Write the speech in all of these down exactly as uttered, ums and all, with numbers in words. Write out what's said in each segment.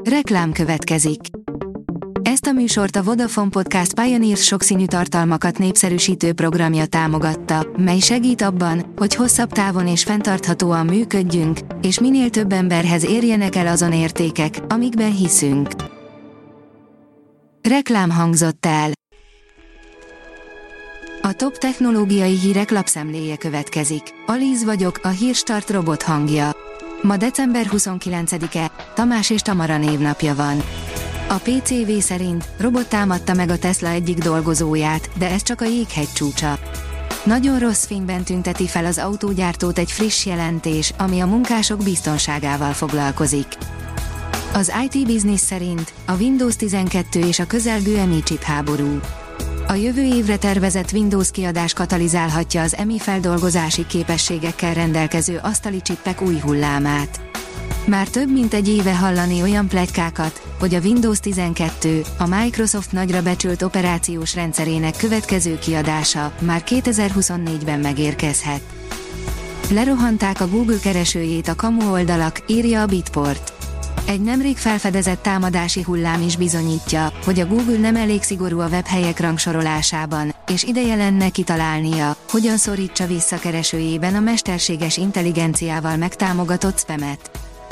Reklám következik. Ezt a műsort a Vodafone Podcast Pioneers sokszínű tartalmakat népszerűsítő programja támogatta, mely segít abban, hogy hosszabb távon és fenntarthatóan működjünk, és minél több emberhez érjenek el azon értékek, amikben hiszünk. Reklám hangzott el. A top technológiai hírek lapszemléje következik. Alíz vagyok, a Hírstart robot hangja. Ma december huszonkilencedike, Tamás és Tamara névnapja van. A pé cé vé szerint robot támadta meg a Tesla egyik dolgozóját, de ez csak a jéghegy csúcsa. Nagyon rossz fényben tünteti fel az autógyártót egy friss jelentés, ami a munkások biztonságával foglalkozik. Az i té Business szerint a Windows tizenkettő és a közelgő em i chip háború. A jövő évre tervezett Windows kiadás katalizálhatja az em i feldolgozási képességekkel rendelkező asztali csippek új hullámát. Már több mint egy éve hallani olyan pletykákat, hogy a Windows tizenkettő, a Microsoft nagyra becsült operációs rendszerének következő kiadása már kétezer-huszonnégyben megérkezhet. Lerohanták a Google keresőjét a kamu oldalak, írja a Bitport. Egy nemrég felfedezett támadási hullám is bizonyítja, hogy a Google nem elég szigorú a webhelyek rangsorolásában, és ideje lenne kitalálnia, hogyan szorítsa vissza keresőjében a mesterséges intelligenciával megtámogatott spamet.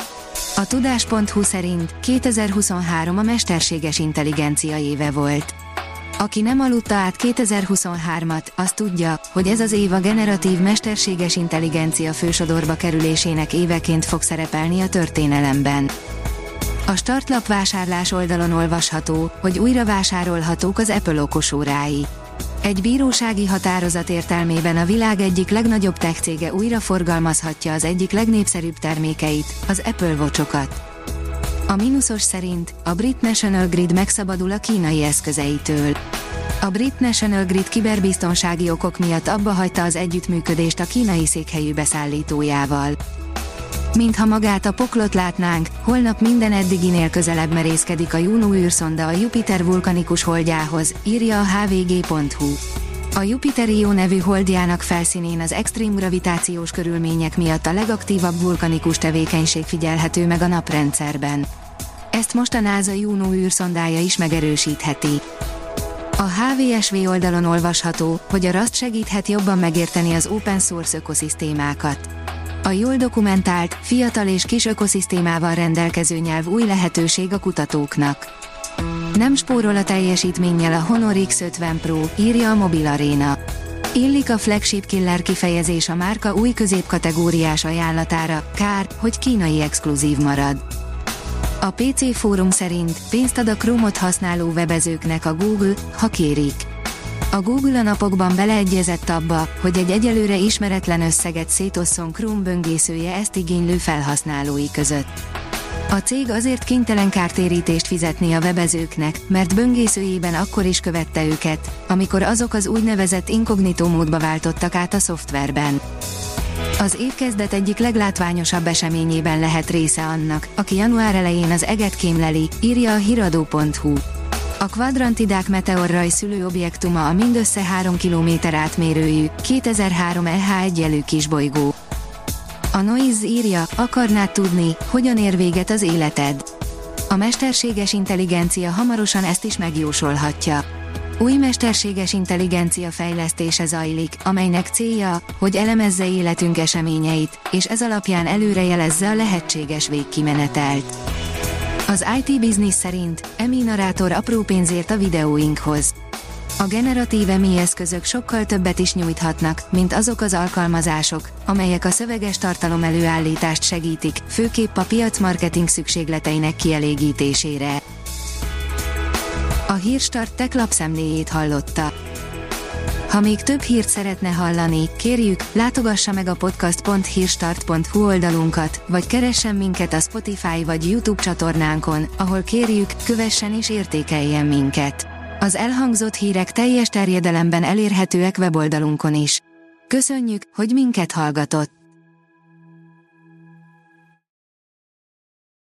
A tudás pont hu szerint kétezer-huszonhárom a mesterséges intelligencia éve volt. Aki nem aludta át kétezer-huszonhármat, az tudja, hogy ez az év a generatív mesterséges intelligencia fősodorba kerülésének éveként fog szerepelni a történelemben. A startlap vásárlás oldalon olvasható, hogy újra vásárolhatók az Apple okosórái. Egy bírósági határozat értelmében a világ egyik legnagyobb tech cége újra forgalmazhatja az egyik legnépszerűbb termékeit, az Apple Watchokat. A mínuszos szerint a brit National Grid megszabadul a kínai eszközeitől. A brit National Grid kiberbiztonsági okok miatt abbahagyta az együttműködést a kínai székhelyű beszállítójával. Mintha magát a poklot látnánk, holnap minden eddiginél közelebb merészkedik a Juno űrszonda a Jupiter vulkanikus holdjához, írja a há vé gé pont hú. A Jupiter Io nevű holdjának felszínén az extrém gravitációs körülmények miatt a legaktívabb vulkanikus tevékenység figyelhető meg a naprendszerben. Ezt most a NASA Juno űrszondája is megerősítheti. A há vé es vé oldalon olvasható, hogy a Rust segíthet jobban megérteni az open source ökoszisztémákat. A jól dokumentált, fiatal és kis ökoszisztémával rendelkező nyelv új lehetőség a kutatóknak. Nem spórol a teljesítménnyel a Honor iksz ötven Pro, írja a Mobil Arena. Illik a flagship killer kifejezés a márka új középkategóriás ajánlatára, kár, hogy kínai exkluzív marad. A pé cé Fórum szerint pénzt ad a Chrome-ot használó webezőknek a Google, ha kérik. A Google a napokban beleegyezett abba, hogy egy egyelőre ismeretlen összeget szétosszon Chrome böngészője ezt igénylő felhasználói között. A cég azért kénytelen kártérítést fizetni a webezőknek, mert böngészőjében akkor is követte őket, amikor azok az úgynevezett inkognitó módba váltottak át a szoftverben. Az évkezdet egyik leglátványosabb eseményében lehet része annak, aki január elején az eget kémleli, írja a híradó pont hú. A Quadrantidák meteorraj szülő objektuma a mindössze három kilométer átmérőjű, kétezer-három E H egy jelű kisbolygó. A Noise írja, akarnád tudni, hogyan ér véget az életed? A mesterséges intelligencia hamarosan ezt is megjósolhatja. Új mesterséges intelligencia fejlesztése zajlik, amelynek célja, hogy elemezze életünk eseményeit, és ez alapján előrejelezze a lehetséges végkimenetelt. Az i té Business szerint em i narrátor apró pénzért a videóinkhoz. A generatív em i eszközök sokkal többet is nyújthatnak, mint azok az alkalmazások, amelyek a szöveges tartalom előállítást segítik, főképp a piac marketing szükségleteinek kielégítésére. A Hírstart Tech lapszemléjét hallotta. Ha még több hírt szeretne hallani, kérjük, látogassa meg a podcast pont hírstart pont hú oldalunkat, vagy keressen minket a Spotify vagy YouTube csatornánkon, ahol kérjük, kövessen és értékeljen minket. Az elhangzott hírek teljes terjedelemben elérhetőek weboldalunkon is. Köszönjük, hogy minket hallgatott!